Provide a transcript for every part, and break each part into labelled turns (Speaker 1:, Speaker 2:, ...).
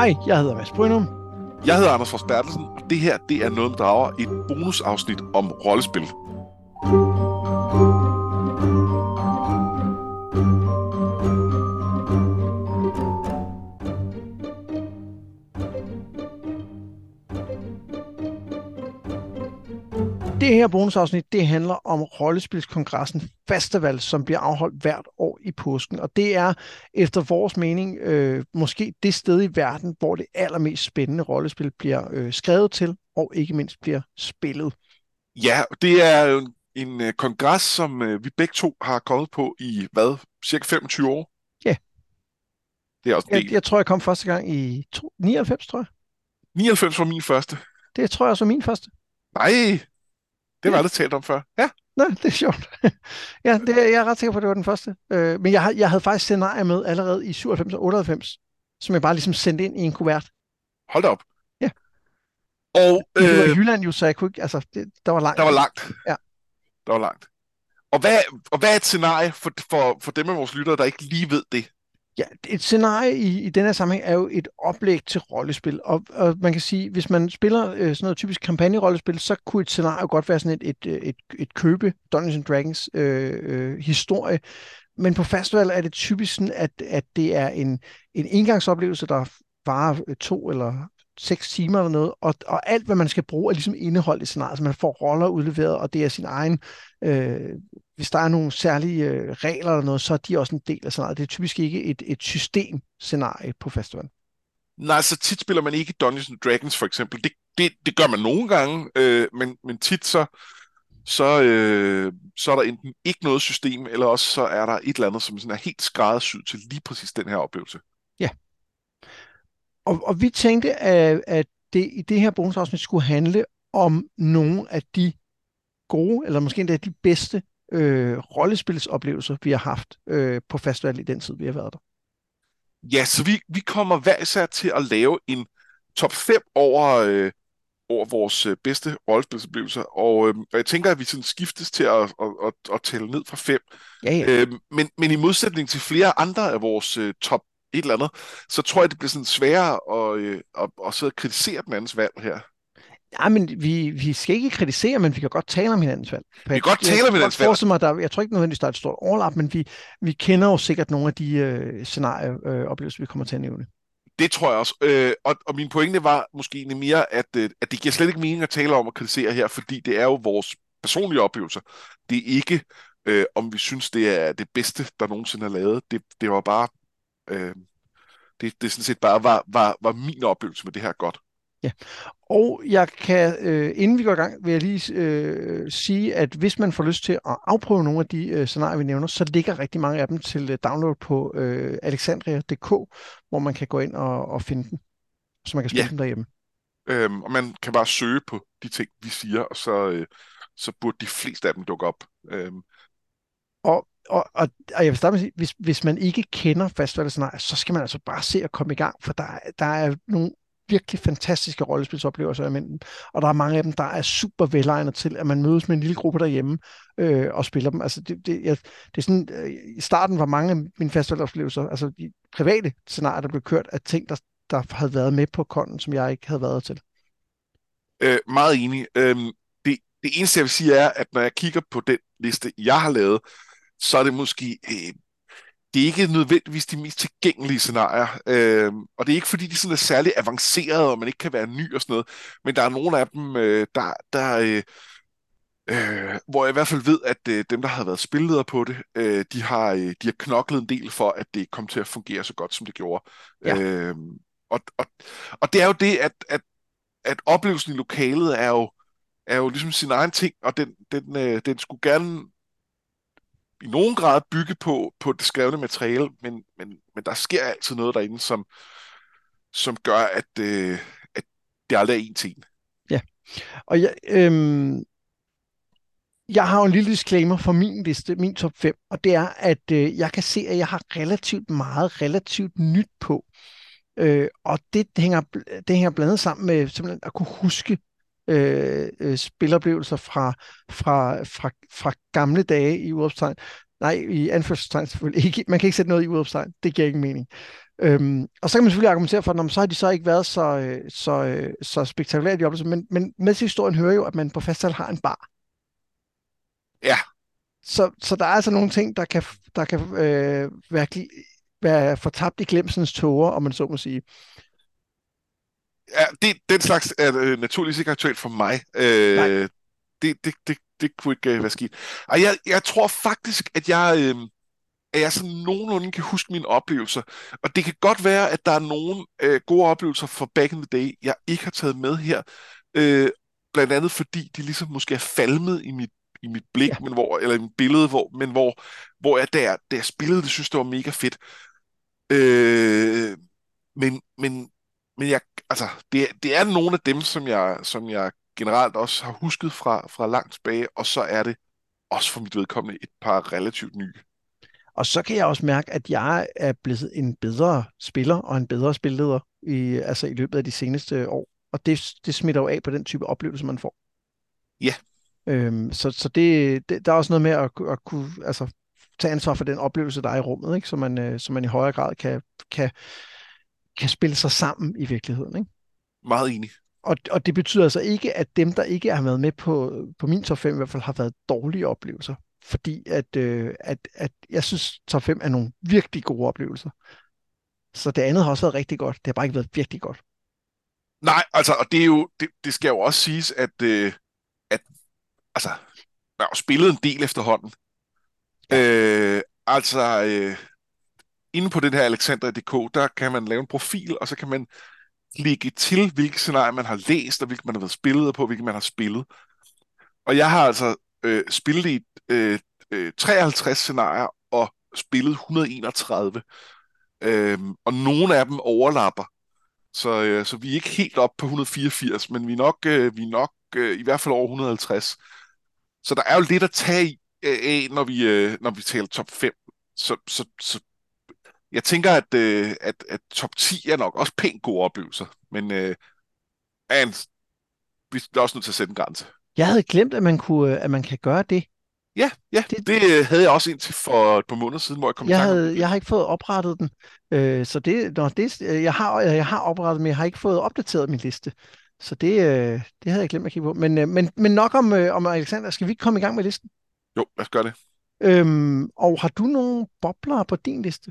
Speaker 1: Hej, jeg hedder Mads Brynum.
Speaker 2: Jeg hedder Anders Fors Bertelsen, og det her det er Noget med Drager, et bonusafsnit om rollespil.
Speaker 1: Det her bonusafsnit, det handler om Rollespilskongressen Festival, som bliver afholdt hvert år i påsken. Og det er efter vores mening måske det sted i verden, hvor det allermest spændende rollespil bliver skrevet til, og ikke mindst bliver spillet.
Speaker 2: Ja, det er jo en kongres, som vi begge to har kommet på i, cirka 25 år?
Speaker 1: Ja.
Speaker 2: Det er også en del.
Speaker 1: Jeg tror, jeg kom første gang i 99, tror jeg.
Speaker 2: 99 var min første.
Speaker 1: Det tror jeg også var min første.
Speaker 2: Nej, det har vi aldrig talt om før. Ja.
Speaker 1: Nej, det er sjovt. Ja, jeg er ret sikker på, at det var den første. Men jeg havde faktisk scenarier med allerede i 97 og 98, som jeg bare ligesom sendte ind i en kuvert.
Speaker 2: Hold da op.
Speaker 1: Ja.
Speaker 2: Og,
Speaker 1: det var i Jylland jo, så jeg kunne ikke, altså, der var langt.
Speaker 2: Der var langt.
Speaker 1: Ja.
Speaker 2: Der var langt. Og hvad er et scenarie for dem af vores lyttere, der ikke lige ved det?
Speaker 1: Ja, et scenarie i denne her sammenhæng er jo et oplæg til rollespil, og man kan sige, hvis man spiller sådan noget typisk kampagnerollespil, så kunne et scenarie godt være sådan et købe Dungeons Dragons historie, men på festival er det typisk sådan, at det er en engangsoplevelse, der varer 2 eller 6 timer eller noget, og alt, hvad man skal bruge, er ligesom indeholdt i scenariet, så man får roller udleveret, og det er sin egen hvis der er nogle særlige regler eller noget, så er de også en del af scenariet. Det er typisk ikke et systemscenarie på festivalen.
Speaker 2: Nej, så tit spiller man ikke Dungeons Dragons for eksempel. Det gør man nogle gange, men tit så er der enten ikke noget system, eller også så er der et eller andet, som sådan er helt skræddersyet til lige præcis den her oplevelse.
Speaker 1: Ja. Og vi tænkte, at det i det her bonusafsnit skulle handle om nogle af de gode, eller måske endda de bedste rollespilsoplevelser, vi har haft på festival i den tid, vi har været der.
Speaker 2: Ja, så vi kommer hver især til at lave en top 5 over vores bedste rollespilsoplevelser, og jeg tænker, at vi sådan skiftes til at tælle ned fra 5.
Speaker 1: Ja.
Speaker 2: Men i modsætning til flere andre af vores top et eller andet, så tror jeg, det bliver sådan sværere at sidde og kritisere den andens valg her.
Speaker 1: Ja, men vi skal ikke kritisere, men vi kan godt tale om hinandens valg.
Speaker 2: Vi kan godt tale om hinandens valg.
Speaker 1: Jeg tror ikke nødvendigvis, der er et stort overlap, men vi kender jo sikkert nogle af de scenarieoplevelser, vi kommer til at nævne.
Speaker 2: Det tror jeg også. Og min pointe var måske egentlig mere, at det giver slet ikke mening at tale om at kritisere her, fordi det er jo vores personlige oplevelser. Det er ikke, om vi synes, det er det bedste, der nogensinde er lavet. Det var bare... det sådan set bare var min oplevelse med det her godt.
Speaker 1: Ja, og jeg kan, inden vi går i gang, vil jeg lige sige, at hvis man får lyst til at afprøve nogle af de scenarier, vi nævner, så ligger rigtig mange af dem til download på alexandria.dk, hvor man kan gå ind og finde dem, så man kan spille dem derhjemme.
Speaker 2: Og man kan bare søge på de ting, vi siger, og så burde de fleste af dem dukke op.
Speaker 1: Og jeg vil starte med at sige, hvis man ikke kender festivalscenarier, så skal man altså bare se at komme i gang, for der er nogle virkelig fantastiske rollespilsoplevelser imellem, og der er mange af dem, der er super velegnet til, at man mødes med en lille gruppe derhjemme og spiller dem. Altså det er sådan, i starten var mange af mine festivaloplevelser, altså de private scenarier, der blev kørt, af ting, der havde været med på konden, som jeg ikke havde været til.
Speaker 2: Meget enig. Det eneste, jeg vil sige, er, at når jeg kigger på den liste, jeg har lavet, så er det måske... det er ikke nødvendigvis de mest tilgængelige scenarier, og det er ikke fordi, de sådan er særlig avancerede, og man ikke kan være ny og sådan noget, men der er nogle af dem, hvor jeg i hvert fald ved, at dem, der har været spilledere på det, de har knoklet en del for, at det kom til at fungere så godt, som det gjorde.
Speaker 1: Ja.
Speaker 2: Og det er jo det, at oplevelsen i lokalet er jo ligesom sin egen ting, og den skulle gerne i nogen grad bygge på det skrevne materiale, men der sker altid noget derinde, som gør, at det aldrig er en til en.
Speaker 1: Ja, og jeg har jo en lille disclaimer for min liste, min top 5, og det er, at jeg kan se, at jeg har relativt nyt på. Og det hænger blandet sammen med simpelthen at kunne huske spiloplevelser fra gamle dage i udråbstegn. Nej, i anførselstegn selvfølgelig ikke. Man kan ikke sætte noget i udråbstegn. Det giver ikke mening. Og så kan man selvfølgelig argumentere for, at så har de så ikke været så spektakulære, de oplevelser, men med til historien hører jo, at man på festival har en bar.
Speaker 2: Ja,
Speaker 1: Så der er altså nogle ting, der kan virkelig være fortabt i glemselens tåger, om man så må sige.
Speaker 2: ja den slags er naturligvis ikke aktuelt for mig.
Speaker 1: Nej,
Speaker 2: Det kunne ikke være skidt. Og jeg tror faktisk, at jeg sådan nogenlunde kan huske mine oplevelser. Og det kan godt være, at der er nogle gode oplevelser fra back in the day, jeg ikke har taget med her. Øh, Blandt andet fordi de ligesom måske er falmet i mit
Speaker 1: ja.
Speaker 2: blik, eller i mit billede, hvor jeg da jeg spillede det, synes det var mega fedt. Øh, men, men, men altså, det er nogle af dem, som jeg generelt også har husket fra langt tilbage, og så er det også for mit vedkommende et par relativt nye.
Speaker 1: Og så kan jeg også mærke, at jeg er blevet en bedre spiller og en bedre spilleder altså i løbet af de seneste år. Og det smitter jo af på den type oplevelse, man får.
Speaker 2: Ja,
Speaker 1: Så der er også noget med at kunne altså, tage ansvar for den oplevelse, der er i rummet, ikke? Så man i højere grad kan, kan spille sig sammen i virkeligheden. Ikke?
Speaker 2: meget enig.
Speaker 1: Og det betyder altså ikke, at dem, der ikke har været med på min top 5, i hvert fald har været dårlige oplevelser. Fordi at jeg synes, top 5 er nogle virkelig gode oplevelser. Så det andet har også været rigtig godt. Det har bare ikke været virkelig godt.
Speaker 2: Nej, altså, og det er jo, det skal jo også siges, at altså, jeg har jo spillet en del efterhånden.
Speaker 1: Ja.
Speaker 2: Altså, inde på den her Alexandria.dk, der kan man lave en profil, og så kan man klikke til, hvilke scenarier man har læst, og hvilke man har været spillet på, hvilke man har spillet. Og jeg har altså spillet i 53 scenarier og spillet 131. Og nogle af dem overlapper. Så vi er ikke helt op på 184, men vi er nok i hvert fald over 150. Så der er jo lidt at tage af, når vi taler top 5. Så jeg tænker, at top 10 er nok også pænt gode oplevelser. Men vi er også nødt til at sætte en grænse.
Speaker 1: Jeg havde glemt, at man kan gøre det.
Speaker 2: Ja,
Speaker 1: det
Speaker 2: det havde jeg også indtil for et par måneder siden, hvor jeg kom i tanke om det
Speaker 1: jeg
Speaker 2: igen.
Speaker 1: har ikke fået oprettet den. Så jeg har oprettet, men jeg har ikke fået opdateret min liste. Så det havde jeg glemt at kigge på. Men nok om Alexander. Skal vi ikke komme i gang med listen?
Speaker 2: Jo, lad os gøre det.
Speaker 1: Og har du nogle bobler på din liste?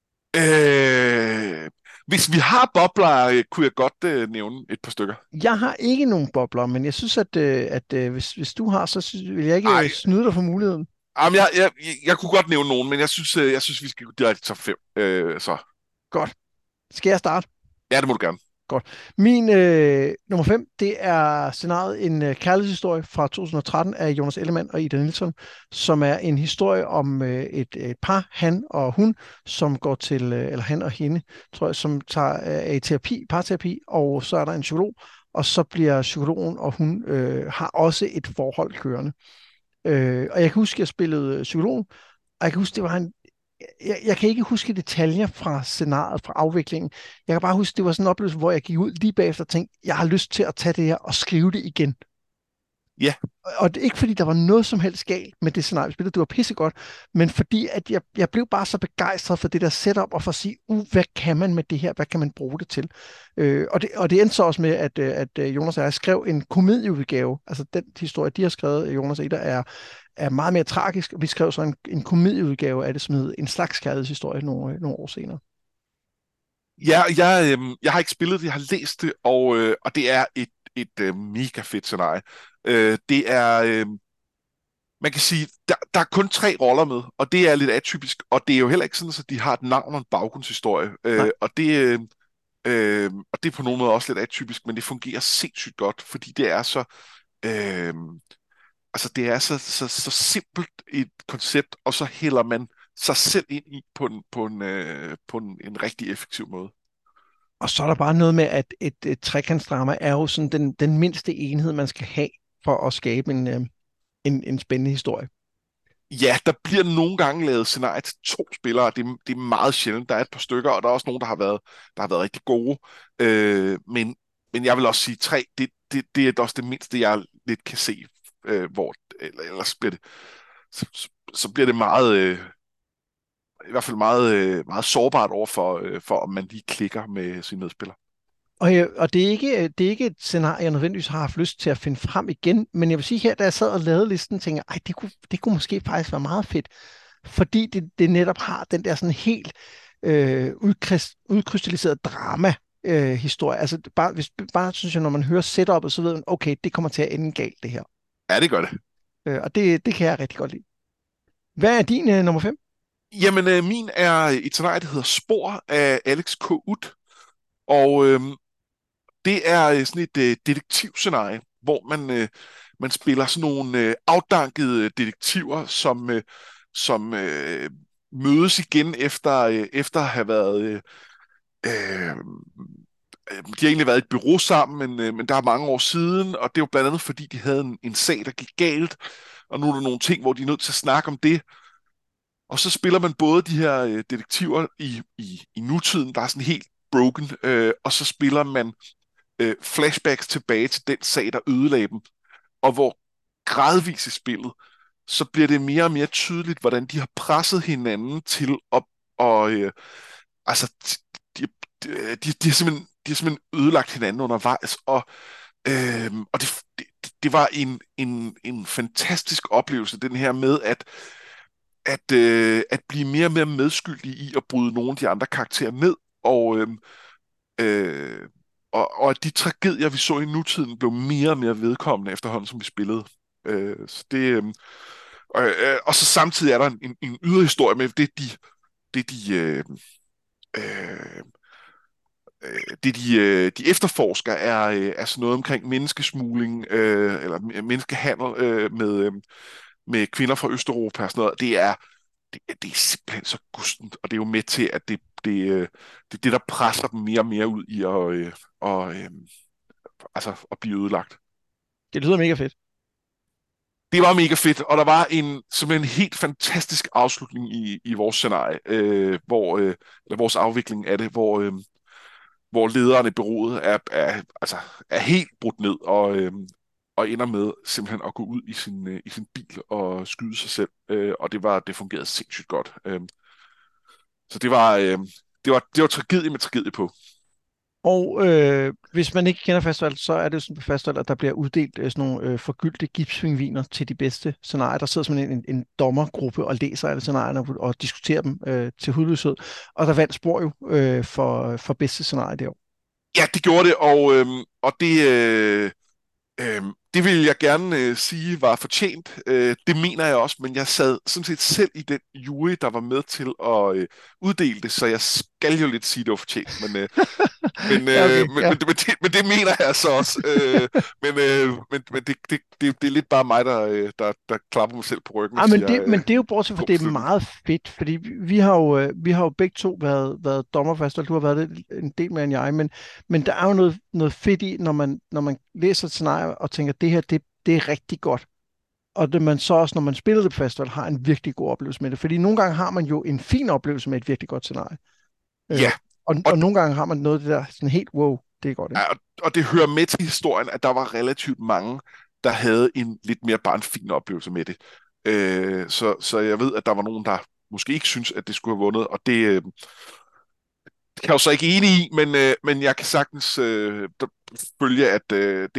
Speaker 2: Øh, Hvis vi har bobler, kunne jeg godt nævne et par stykker.
Speaker 1: Jeg har ikke nogen bobler, men jeg synes, at hvis du har, så vil jeg ikke
Speaker 2: Ej,
Speaker 1: snyde dig for muligheden.
Speaker 2: jamen, jeg kunne godt nævne nogen, men jeg synes vi skal gå direkte til top 5. Så
Speaker 1: Godt. Skal jeg starte?
Speaker 2: ja, det må du gerne.
Speaker 1: Godt. Min nummer 5, det er scenariet En kærlighedshistorie fra 2013 af Jonas Ellemann og Ida Nilsson, som er en historie om et par, han og hun, som går til, eller han og hende, tror jeg, som er i terapi, parterapi, og så er der en psykolog, og så bliver psykologen og hun har også et forhold kørende. Og jeg kan huske, at jeg spillede psykologen, og jeg kan huske, det var jeg kan ikke huske detaljer fra scenariet, fra afviklingen. Jeg kan bare huske, det var sådan en oplevelse, hvor jeg gik ud lige bagefter og tænkte, jeg har lyst til at tage det her og skrive det igen.
Speaker 2: Ja,
Speaker 1: Og det er ikke fordi, der var noget som helst galt med det scenarie, vi spillede. Det var pissegodt, men fordi at jeg blev bare så begejstret for det der setup, og for at sige, hvad kan man med det her? Hvad kan man bruge det til? Og det endte så også med, at Jonas og jeg skrev en komedieudgave. Altså den historie, de har skrevet, Jonas og Ida, er meget mere tragisk. Vi skrev så en komedieudgave af det, som hed En slags kærlighedshistorie nogle år senere.
Speaker 2: jeg har ikke spillet det, jeg har læst det, og det er et mega fedt scenarie. Det er, man kan sige, der er kun 3 roller med, og det er lidt atypisk, og det er jo heller ikke sådan, at de har et navn og en baggrundshistorie,
Speaker 1: Nej.
Speaker 2: og det er på nogen måde også lidt atypisk, men det fungerer sindssygt godt, fordi det er så, øh, altså det er så simpelt et koncept, og så hælder man sig selv ind i på en rigtig effektiv måde.
Speaker 1: Og så er der bare noget med, at et trekantsdrama er jo sådan den mindste enhed, man skal have for at skabe en spændende historie.
Speaker 2: Ja, der bliver nogle gange lavet scenarier til 2 spillere. Det er meget sjældent. Der er et par stykker, og der er også nogle, der har været rigtig gode. Men jeg vil også sige 3, det er også det mindste, jeg lidt kan se, ellers bliver det, så bliver det meget, i hvert fald meget, meget sårbart over for om man lige klikker med sine medspillere.
Speaker 1: Og det er ikke et scenarie, jeg nødvendigvis har haft lyst til at finde frem igen, men jeg vil sige her, da jeg sad og lavede listen, tænkte jeg, det kunne måske faktisk være meget fedt, fordi det netop har den der sådan helt udkrystalliseret drama historie. Altså bare synes jeg, når man hører setupet, så ved man, okay, det kommer til at ende galt, det her.
Speaker 2: Ja, det gør det.
Speaker 1: Og det kan jeg rigtig godt lide. Hvad er din nummer 5?
Speaker 2: Jamen, min er et scenarie, der hedder Spor af Alex K. Ut. Og det er sådan et detektivscenarie, hvor man spiller sådan nogle afdankede detektiver, som mødes igen efter at have været... Øh, de har egentlig været i et bureau sammen, men der er mange år siden, og det er jo blandt andet, fordi de havde en sag, der gik galt, og nu er der nogle ting, hvor de er nødt til at snakke om det. Og så spiller man både de her detektiver i nutiden, der er sådan helt broken, og så spiller man flashbacks tilbage til den sag, der ødelagde dem, og hvor gradvist i spillet, så bliver det mere og mere tydeligt, hvordan de har presset hinanden til at, og, altså, de har simpelthen ødelagt hinanden undervejs, og det var en fantastisk oplevelse, den her med at blive mere og mere medskyldig i at bryde nogle af de andre karakterer ned, og, øh, og at de tragedier, vi så i nutiden, blev mere og mere vedkommende efterhånden, som vi spillede. Så det, og så samtidig er der en ydre historie med øh, de efterforsker er sådan noget omkring menneskesmugling eller menneskehandel med kvinder fra Østeuropa og sådan noget. Det er simpelthen så gustent, og det er jo med til, at det der presser dem mere og mere ud i at blive ødelagt.
Speaker 1: Det lyder mega fedt.
Speaker 2: Det var mega fedt, og der var simpelthen en helt fantastisk afslutning i vores scenarie, eller vores afvikling af det, hvor lederen i bureauet er helt brudt ned og ender med simpelthen at gå ud i sin bil og skyde sig selv, og det fungerede sindssygt godt. Så det var tragedie med tragedie på.
Speaker 1: Og hvis man ikke kender festival, så er det jo sådan på festival, at der bliver uddelt sådan nogle forgyldte gipspingviner til de bedste scenarier. Der sidder simpelthen en dommergruppe og læser alle scenarierne og diskuterer dem til hudløshed. Og der vandt Spor jo for bedste scenarie det år.
Speaker 2: Ja, det gjorde det, og det vil jeg gerne sige var fortjent. Det mener jeg også, men jeg sad sådan set selv i den jury, der var med til at uddele det, så jeg skal jo lidt sige, det var fortjent. Men det mener jeg så også. Men det er lidt bare mig, der klapper mig selv på ryggen.
Speaker 1: Men det er jo bortset fra, det er meget fedt, fordi vi har jo begge to været dommer for festival. Du har været det en del mere end jeg, men der er jo noget fedt i, når man læser et scenarie og tænker, det her, det er rigtig godt. Og det man så også, når man spiller det på festival, har en virkelig god oplevelse med det. Fordi nogle gange har man jo en fin oplevelse med et virkelig godt scenarie.
Speaker 2: Ja.
Speaker 1: Og nogle gange har man noget af det der sådan helt, wow, det er godt. Ikke?
Speaker 2: Ja, og det hører med til historien, at der var relativt mange, der havde en lidt mere bare en fin oplevelse med det. Så jeg ved, at der var nogen, der måske ikke synes, at det skulle have vundet, og det kan jeg jo så ikke enig i, men jeg kan sagtens følge, at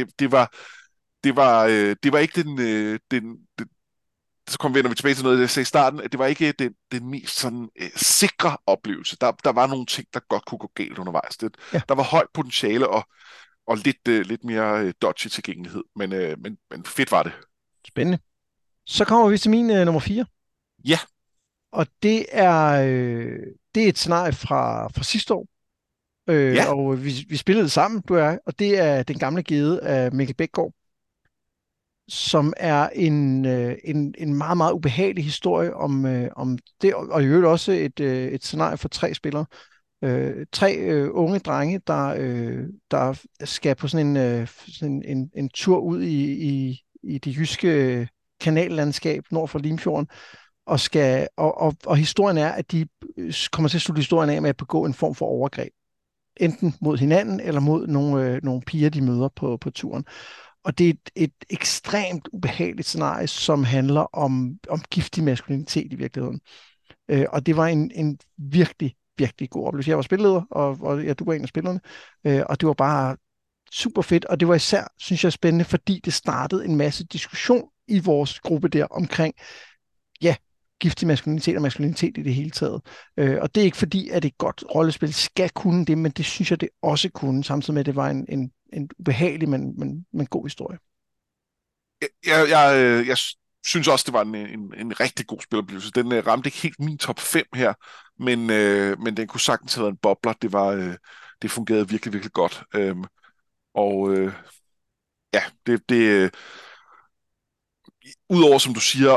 Speaker 2: det var ikke den så vender vi tilbage til noget, jeg sagde i starten, at det var ikke den mest sådan sikre oplevelse. Der var nogle ting, der godt kunne gå galt undervejs. Der var højt potentiale og lidt mere dodgy tilgængelighed, men fedt var det.
Speaker 1: Spændende. Så kommer vi til min nummer 4.
Speaker 2: Ja.
Speaker 1: Og det er et scenarie fra sidste år.
Speaker 2: Ja.
Speaker 1: Og vi spillede det sammen, du og jeg, og det er Den gamle gede af Mikkel Bækgaard, som er en meget, meget ubehagelig historie om det, og i øvrigt også et scenarie for 3 spillere. 3 unge drenge, der skal på sådan en tur ud i det jyske kanallandskab nord for Limfjorden, og historien er, at de kommer til at slutte historien af med at begå en form for overgreb. Enten mod hinanden, eller mod nogle piger, de møder på turen. Og det er et ekstremt ubehageligt scenarie, som handler om giftig maskulinitet i virkeligheden. Og det var en virkelig, virkelig god oplevelse. Jeg var spilleder, og ja, du var en af spillerne, og det var bare super fedt, og det var især, synes jeg, spændende, fordi det startede en masse diskussion i vores gruppe der omkring, ja, giftig maskulinitet og maskulinitet i det hele taget. Og det er ikke fordi, at et godt rollespil skal kunne det, men det synes jeg, det også kunne, samtidig med, at det var en ubehagelig, men god historie.
Speaker 2: Jeg synes også, det var en rigtig god spiloplevelse. Den ramte ikke helt min top 5 her, men den kunne sagtens have været en bobler. Det fungerede virkelig, virkelig godt. Og ja, udover som du siger,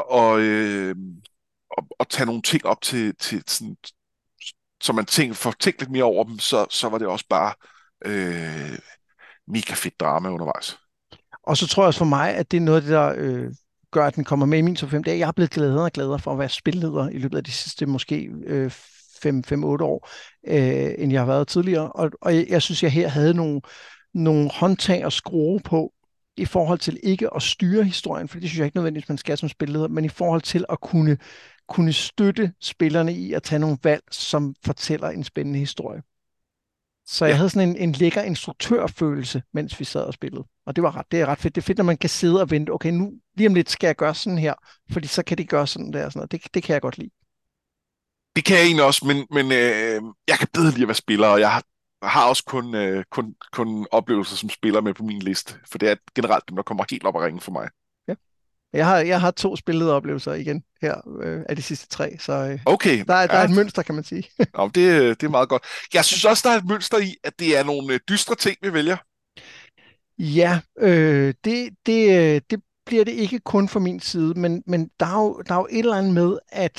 Speaker 2: at tage nogle ting op til sådan, så man får tænkt lidt mere over dem, så var det også bare øh, mega fedt drama undervejs.
Speaker 1: Og så tror jeg også for mig, at det er noget af det, der gør, at den kommer med i min top 5. Det er, at jeg er blevet gladere og gladere for at være spilleder i løbet af de sidste måske 5-8 år, end jeg har været tidligere. Og jeg synes, jeg her havde nogle håndtag at skrue på i forhold til ikke at styre historien, for det synes jeg ikke nødvendigvis, man skal som spilleder, men i forhold til at kunne støtte spillerne i at tage nogle valg, som fortæller en spændende historie. Så jeg
Speaker 2: Ja,
Speaker 1: havde sådan en lækker instruktørfølelse, mens vi sad og spillede. Og det er ret fedt. Det er fedt, når man kan sidde og vente, okay, nu lige om lidt skal jeg gøre sådan her, fordi så kan det gøre sådan der. Sådan noget. Det kan jeg godt lide.
Speaker 2: det kan jeg egentlig også, men jeg kan bedre lide at være spiller, og jeg har også kun oplevelser som spiller med på min liste, for det er generelt dem, der kommer helt op og ringe for mig.
Speaker 1: Ja. Jeg har 2 spillede oplevelser igen her af de sidste 3, så
Speaker 2: Okay,
Speaker 1: der er
Speaker 2: ja,
Speaker 1: et mønster, kan man sige.
Speaker 2: nå, det er meget godt. Jeg synes også, der er et mønster i, at det er nogle dystre ting, vi vælger.
Speaker 1: Ja, det bliver det ikke kun fra min side, men der er jo et eller andet med,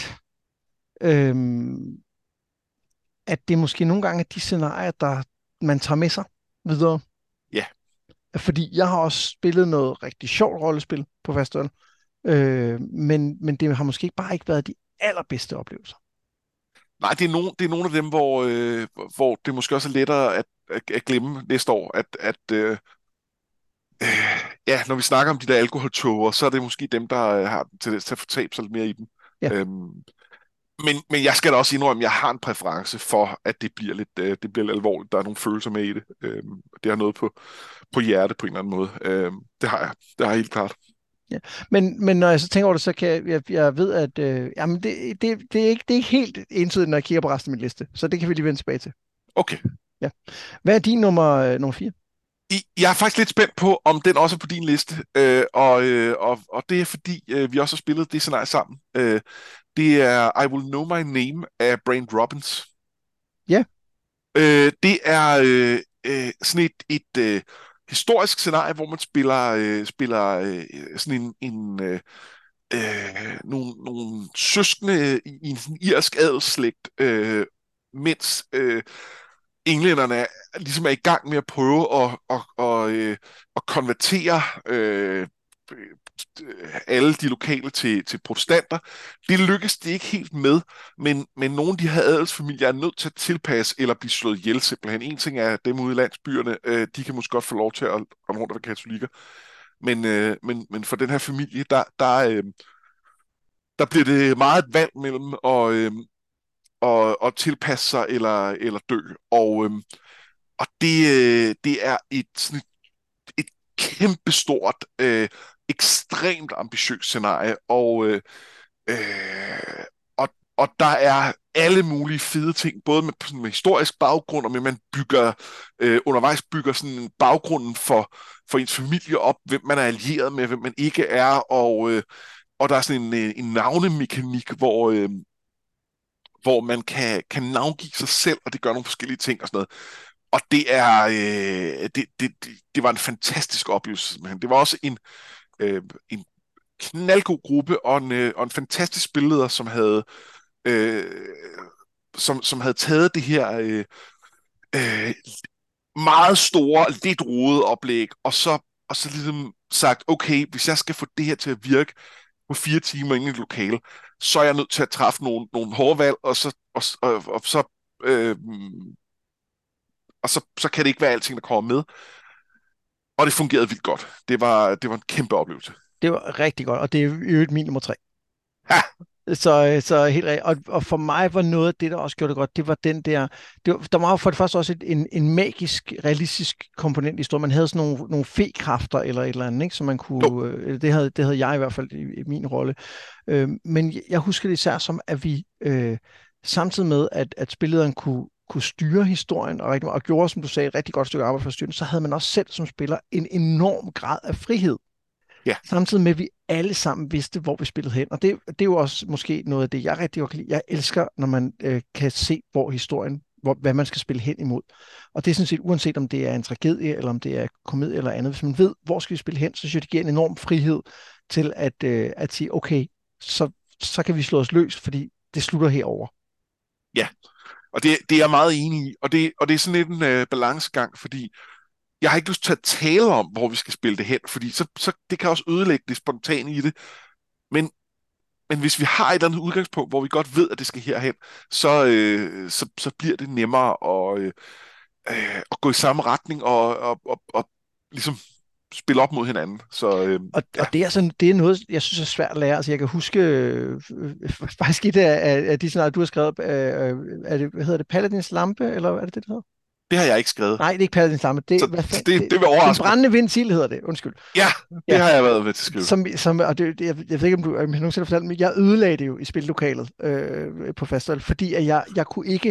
Speaker 1: øhm, at det måske nogle gange er de scenarier, der man tager med sig videre.
Speaker 2: Ja,
Speaker 1: Fordi jeg har også spillet noget rigtig sjovt rollespil på festival, men det har måske bare ikke været de allerbedste oplevelser.
Speaker 2: nej, det er nogle af dem, hvor det måske også er lettere at glemme næste år, ja, når vi snakker om de der alkoholtåger, så er det måske dem, der har en tendens til at fortabe sig lidt mere i dem.
Speaker 1: Ja,
Speaker 2: Øhm, men jeg skal da også indrømme, at jeg har en præference for, at det bliver lidt alvorligt. Der er nogle følelser med i det. Det har noget på hjerte på en eller anden måde. Det har jeg. Det har jeg helt klart.
Speaker 1: ja. Men når jeg så tænker over det, så kan jeg ved, at jamen det er ikke helt entydigt, når jeg kigger på resten af min liste. Så det kan vi lige vende tilbage til.
Speaker 2: Okay.
Speaker 1: Ja. Hvad er din nummer 4?
Speaker 2: Jeg er faktisk lidt spændt på, om den også er på din liste. Og det er fordi, vi også har spillet det scenarie sammen. Det er I Will Know My Name af Brain Robbins.
Speaker 1: Ja,
Speaker 2: Det er sådan et historisk scenarie, hvor man spiller sådan nogle søskende i en sådan irsk adelsslægt, mens englænderne ligesom er i gang med at prøve at konvertere alle de lokale til protestanter. Det lykkes de ikke helt med, men nogle af de her adelsfamilier er nødt til at tilpasse eller blive slået ihjel simpelthen. En ting er dem ude i landsbyerne, de kan måske godt få lov til at rende rundt og være katolikker, men for den her familie, der bliver det meget et valg mellem at tilpasse sig eller dø. Og det er et kæmpestort, ekstremt ambitiøst scenarie, og der er alle mulige fede ting, både med historisk baggrund, og med, at man undervejs bygger sådan baggrunden for ens familie op, hvem man er allieret med, hvem man ikke er, og der er sådan en navnemekanik, hvor man kan navngive sig selv, og det gør nogle forskellige ting og sådan noget. Og det var en fantastisk oplevelse. Men det var også en knaldgod gruppe og en fantastisk spilleder, øh, som havde taget det her øh, meget store, lidt rodede oplæg, og så ligesom sagt, okay, hvis jeg skal få det her til at virke på 4 timer inde i et lokale, så er jeg nødt til at træffe nogle hårde valg, øh, og så kan det ikke være alting, der kommer med. Og det fungerede vildt godt. Det var en kæmpe oplevelse.
Speaker 1: det var rigtig godt, og det er jo min nummer 3.
Speaker 2: Ha!
Speaker 1: Så helt rigtigt. Og for mig var noget af det, der også gjorde det godt, det var den der... Der var jo for det første også en magisk, realistisk komponent i historien. Man havde sådan nogle fe-kræfter eller et eller andet, ikke? Så man
Speaker 2: Jo,
Speaker 1: kunne... Det havde jeg i hvert fald i min rolle. Men jeg husker det især som, at vi samtidig med, at spillederen kunne styre historien og gjorde, som du sagde, et rigtig godt stykke arbejde for at styre den, så havde man også selv som spiller en enorm grad af frihed.
Speaker 2: ja,
Speaker 1: Samtidig med, at vi alle sammen vidste, hvor vi spillede hen. Og det er jo også måske noget af det, jeg rigtig godt kan lide. Jeg elsker, når man kan se, hvor historien, hvad man skal spille hen imod. Og det er sådan set, uanset om det er en tragedie, eller om det er komedie eller andet. Hvis man ved, hvor skal vi spille hen, så synes jeg, det giver en enorm frihed til at sige, okay, så kan vi slå os løs, fordi det slutter herover.
Speaker 2: ja. Og det er jeg meget enig i. Og det er sådan lidt en balancegang, fordi jeg har ikke lyst til at tale om, hvor vi skal spille det hen, fordi så det kan også ødelægge det spontane i det. Men, men hvis vi har et eller andet udgangspunkt, hvor vi godt ved, at det skal herhen, så bliver det nemmere at gå i samme retning og ligesom spille op mod hinanden. Så ja,
Speaker 1: Og det er noget, jeg synes er svært at lære. Altså, jeg kan huske faktisk et af de scenarier, du har skrevet, hvad hedder det, Paladins lampe, eller er det det hedder?
Speaker 2: det har jeg ikke skrevet.
Speaker 1: Nej, det er ikke Paladins lampe.
Speaker 2: Så
Speaker 1: Hvad fanden?
Speaker 2: det vil
Speaker 1: Den
Speaker 2: overraske mig.
Speaker 1: brændende ventil hedder det. Undskyld.
Speaker 2: Ja, det
Speaker 1: Ja,
Speaker 2: har jeg været med til at skrive.
Speaker 1: og jeg ved ikke, om du nogensinde har fortalt, men jeg ødelagde det jo i spillokalet på festival, fordi at jeg kunne ikke...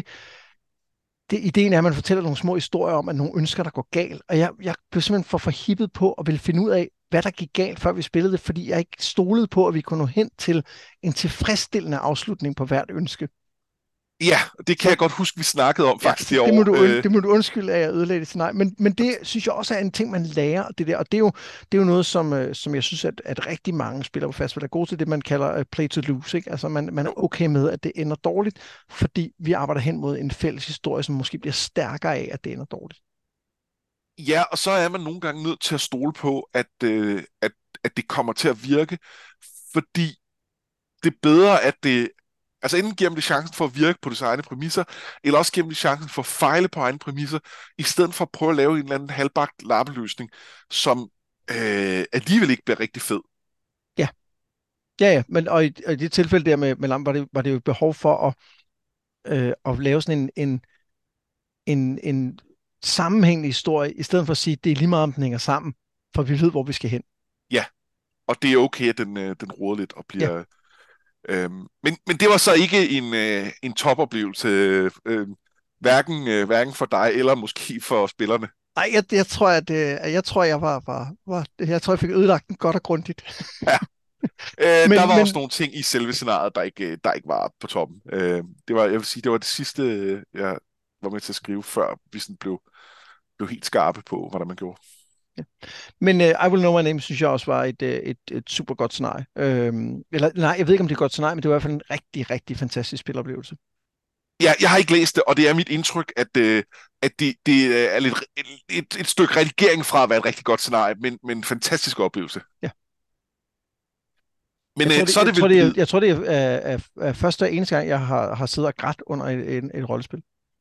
Speaker 1: Ideen er, at man fortæller nogle små historier om, at nogle ønsker, der går galt. Og jeg blev simpelthen for forhippet på at ville finde ud af, hvad der gik galt, før vi spillede det, fordi jeg ikke stolede på, at vi kunne nå hen til en tilfredsstillende afslutning på hvert ønske.
Speaker 2: Ja, det kan
Speaker 1: Så
Speaker 2: jeg godt huske, vi snakkede om
Speaker 1: ja,
Speaker 2: faktisk
Speaker 1: det må
Speaker 2: derovre.
Speaker 1: det må du undskylde, at jeg ødelagde det scenarie. Men det synes jeg også er en ting, man lærer. Det der. Og det er jo noget, som jeg synes, at rigtig mange spillere på festival er gode til, det man kalder play to lose. Ikke? Altså man er okay med, at det ender dårligt, fordi vi arbejder hen mod en fælles historie, som måske bliver stærkere af, at det ender dårligt.
Speaker 2: Ja, og så er man nogle gange nødt til at stole på, at det kommer til at virke, fordi det er bedre, at det... Altså enten giver man det chancen for at virke på dets egne præmisser, eller også giver man det chancen for at fejle på egne præmisser, i stedet for at prøve at lave en eller anden halvbagt lappeløsning, som alligevel ikke bliver rigtig fed.
Speaker 1: Ja, ja. Men, og i det tilfælde der med Lam, var det jo et behov for at lave sådan en sammenhængende historie, i stedet for at sige, at det er lige meget, om den hænger sammen, for vi ved, hvor vi skal hen.
Speaker 2: Ja, og det er okay, at den roder lidt og
Speaker 1: Ja.
Speaker 2: bliver... men det var så ikke en topoplevelse, hverken for dig eller måske for spillerne.
Speaker 1: Nej, jeg tror, jeg tror, jeg tror, jeg fik ødelagt den godt og grundigt.
Speaker 2: Ja, der var også
Speaker 1: Men
Speaker 2: nogle ting i selve scenariet, der ikke var på toppen. Jeg vil sige, det var det sidste, jeg var med til at skrive, før vi sådan blev helt skarpe på, hvordan man gjorde.
Speaker 1: I Will Know My Name, synes jeg også var et super godt scenarie. Eller nej, jeg ved ikke, om det er et godt scenarie, men det var i hvert fald en rigtig, rigtig fantastisk spiloplevelse.
Speaker 2: Ja, jeg har ikke læst det, og det er mit indtryk, at det er lidt et stykke redigering fra at være et rigtig godt scenarie, men en fantastisk oplevelse.
Speaker 1: Ja.
Speaker 2: Men
Speaker 1: Jeg tror, det,
Speaker 2: så er
Speaker 1: jeg
Speaker 2: det
Speaker 1: tror,
Speaker 2: vel
Speaker 1: det, er,
Speaker 2: blevet...
Speaker 1: jeg tror, det er første og eneste gang, jeg har siddet og grædt under et rollespil.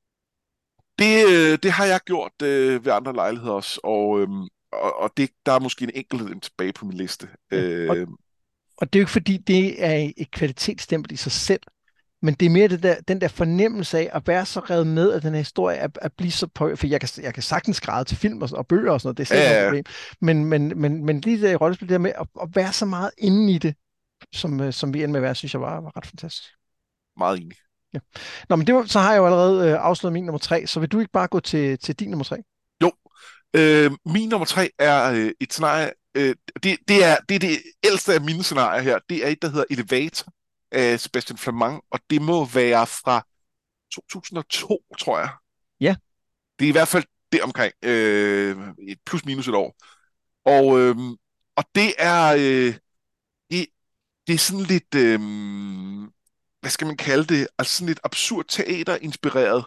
Speaker 2: Det har jeg gjort ved andre lejligheder også, og der er måske en enkelt tilbage på min liste.
Speaker 1: Ja. Og det er jo ikke, fordi det er et kvalitetsstempel i sig selv, men det er mere den der fornemmelse af at være så revet med af den her historie, at blive så på, for jeg kan sagtens græde til film og bøger og sådan noget, det er slet ikke
Speaker 2: Ja,
Speaker 1: noget
Speaker 2: ja,
Speaker 1: problem. Men lige det rollespil der med at være så meget inde i det, som vi endte med at være, synes jeg var ret fantastisk.
Speaker 2: meget enig.
Speaker 1: Ja. Nå, men så har jeg jo allerede afsløret min nummer 3, så vil du ikke bare gå til din nummer 3?
Speaker 2: Jo, min nummer 3 er et scenarie, det er det ældste af mine scenarier her. Det er et, der hedder Elevator af Sebastian Flamand, og det må være fra 2002, tror jeg.
Speaker 1: Ja.
Speaker 2: Det er i hvert fald det omkring, et plus minus et år. Og, og det, det er sådan lidt, hvad skal man kalde det, altså sådan lidt absurd teater-inspireret.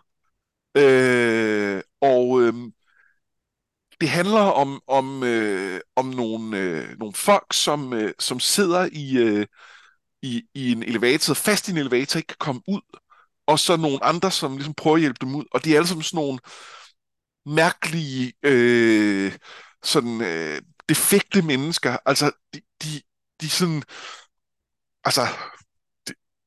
Speaker 2: Og det handler om nogle folk, som sidder i en elevator, fast i en elevator, ikke kan komme ud, og så nogle andre, som ligesom prøver at hjælpe dem ud, og de er alle sammen sådan nogle mærkelige, sådan defekte mennesker, altså de sådan, altså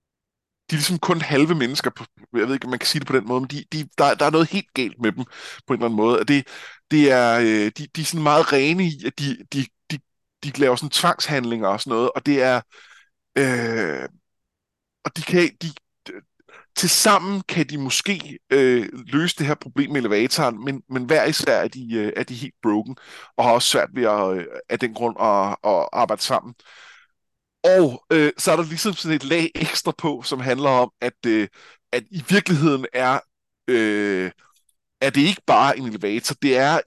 Speaker 2: de er ligesom kun halve mennesker, jeg ved ikke, om man kan sige det på den måde, men der er noget helt galt med dem på en eller anden måde. Og det er, de er sådan meget rene i, at de laver sådan tvangshandlinger og sådan noget, og det er, øh, og tilsammen kan de måske løse det her problem med elevatoren, men hver især er de helt broken, og har også svært ved af den grund at arbejde sammen. Og så er der ligesom sådan et lag ekstra på, som handler om, at i virkeligheden er det ikke bare en elevator, det er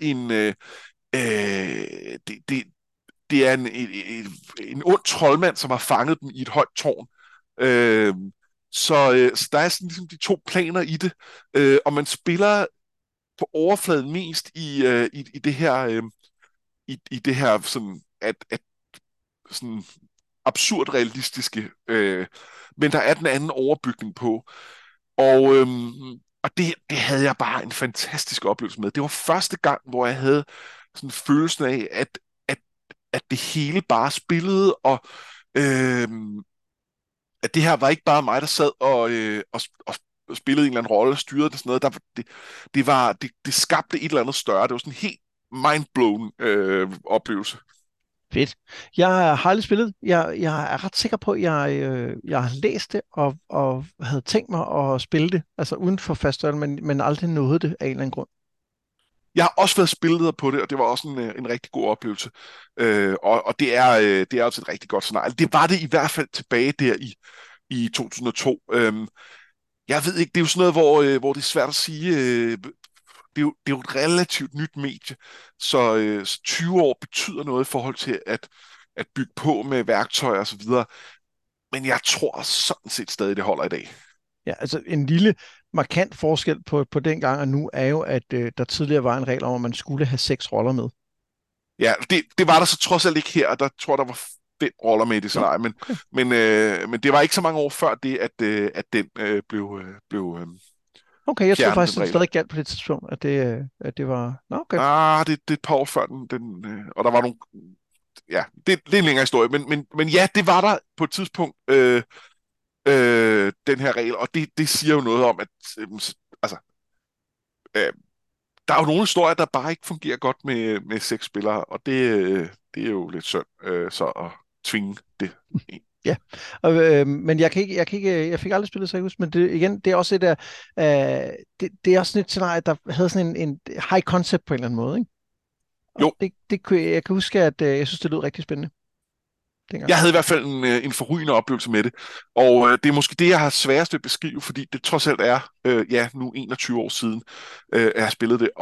Speaker 2: det, det, det er en ond troldmand, som har fanget dem i et højt tårn. Øh, så der er sådan ligesom de to planer i det, og man spiller på overfladen mest i det her, i det her sådan, at sådan absurd realistiske, men der er den anden overbygning på. Og, og det havde jeg bare en fantastisk oplevelse med. Det var første gang, hvor jeg havde sådan følelsen af, at, at det hele bare spillede, og at det her var ikke bare mig, der sad og spillede en eller anden rolle og styrede det sådan noget. Det skabte et eller andet større. Det var sådan en helt mindblown oplevelse.
Speaker 1: Fedt. Jeg har aldrig spillet. Jeg er ret sikker på, at jeg har læst det og havde tænkt mig at spille det, altså uden for fastholdet, men aldrig nåede det af en eller anden grund.
Speaker 2: Jeg har også været spilleder på det, og det var også en rigtig god oplevelse. Og det er også et rigtig godt scenarie. Det var det i hvert fald tilbage der i 2002. Jeg ved ikke, det er jo sådan noget, hvor det er svært at sige. Det er jo et relativt nyt medie, så 20 år betyder noget i forhold til at bygge på med værktøjer og så videre. Men jeg tror sådan set stadig, det holder i dag.
Speaker 1: Ja, altså en lille markant forskel på den gang og nu er jo, at der tidligere var en regel om, at man skulle have 6 roller med.
Speaker 2: Ja, det var der så trods alt ikke her, og der tror der var 5 roller med i det
Speaker 1: Nå,
Speaker 2: scenarie,
Speaker 1: okay.
Speaker 2: men det var ikke så mange år før det, at den blev
Speaker 1: Okay, jeg troede
Speaker 2: fjernet,
Speaker 1: faktisk,
Speaker 2: den
Speaker 1: at det
Speaker 2: regel.
Speaker 1: stadig galt på det tidspunkt, at det var... Nå, okay.
Speaker 2: Det er et par år før og der var nogle, ja, det er en længere historie, men ja, det var der på et tidspunkt, den her regel, og det siger jo noget om, at altså, øh, der er jo nogle historier, der bare ikke fungerer godt med 6 spillere, og det er jo lidt synd, så at tvinge det ind.
Speaker 1: Ja, men jeg fik aldrig spillet Circus, men det, igen, det er også det er også sådan et scenarie, der havde sådan en high concept på en eller anden måde, ikke? Og
Speaker 2: Jo,
Speaker 1: jeg kan huske, at jeg synes, det lød rigtig spændende dengang.
Speaker 2: jeg havde i hvert fald en forrygende oplevelse med det, og det er måske det, jeg har sværest ved at beskrive, fordi det trods alt er, ja, nu 21 år siden, jeg har spillet det,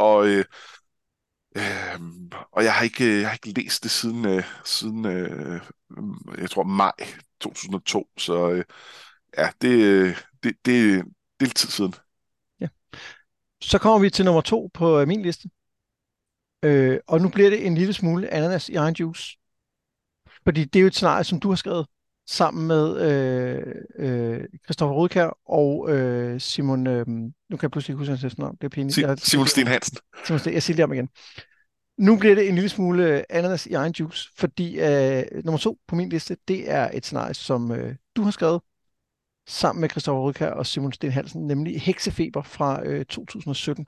Speaker 2: og jeg har ikke læst det siden jeg tror, maj 2002, så ja, det er lidt tid siden.
Speaker 1: Ja. Så kommer vi til nummer 2 på min liste, og nu bliver det en lille smule ananas i egen juice. Fordi det er jo et scenarie, som du har skrevet sammen med Christoffer Rudkjær og Simon... nu kan jeg pludselig ikke huske hans efternavn. Det er pinligt.
Speaker 2: Simon Sten Hansen.
Speaker 1: Simon Sten, jeg siger det om igen. Nu bliver det en lille smule ananas i egen juice, fordi nummer 2 på min liste, det er et scenarie, som du har skrevet sammen med Christoffer Rudkjær og Simon Sten Hansen, nemlig Heksefeber fra 2017.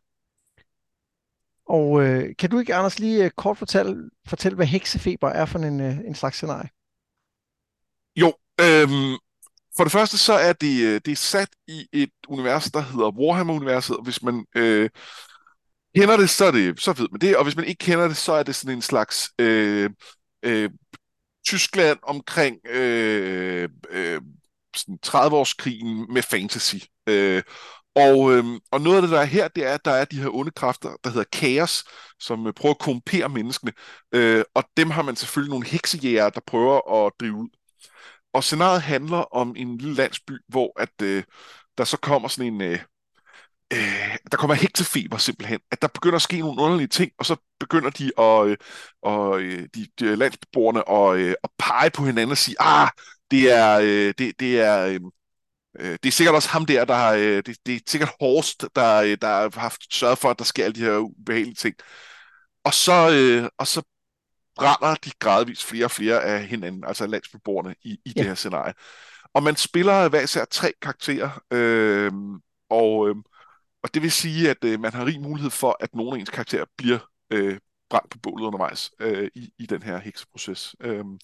Speaker 1: Og kan du ikke, Anders, lige kort fortælle, hvad Heksefeber er for en slags scenarie?
Speaker 2: Jo, for det første så er det er sat i et univers, der hedder Warhammer-universet, og hvis man kender det, så ved man det, og hvis man ikke kender det, så er det sådan en slags øh, Tyskland omkring sådan 30-årskrigen med fantasy. Og noget af det, der er her, det er, at der er de her onde kræfter, der hedder Kaos, som prøver at korrumpere menneskene. Og dem har man selvfølgelig nogle heksejæger, der prøver at drive ud. Og scenariet handler om en lille landsby, hvor der så kommer sådan der kommer heksefeber simpelthen, at der begynder at ske nogle underlige ting, og så begynder de landsbeboerne at pege på hinanden og sige, det er sikkert også ham der, det er sikkert Horst, der har haft sørget for, at der sker alle de her ubehagelige ting. Og så brænder de gradvist flere og flere af hinanden, altså landsbeboerne i det
Speaker 1: Ja.
Speaker 2: her scenarie. Og man spiller hver især 3 karakterer, og, øh, og det vil sige, at man har rig mulighed for, at nogle af ens karakterer bliver brændt på bålet undervejs i den her hekseproces.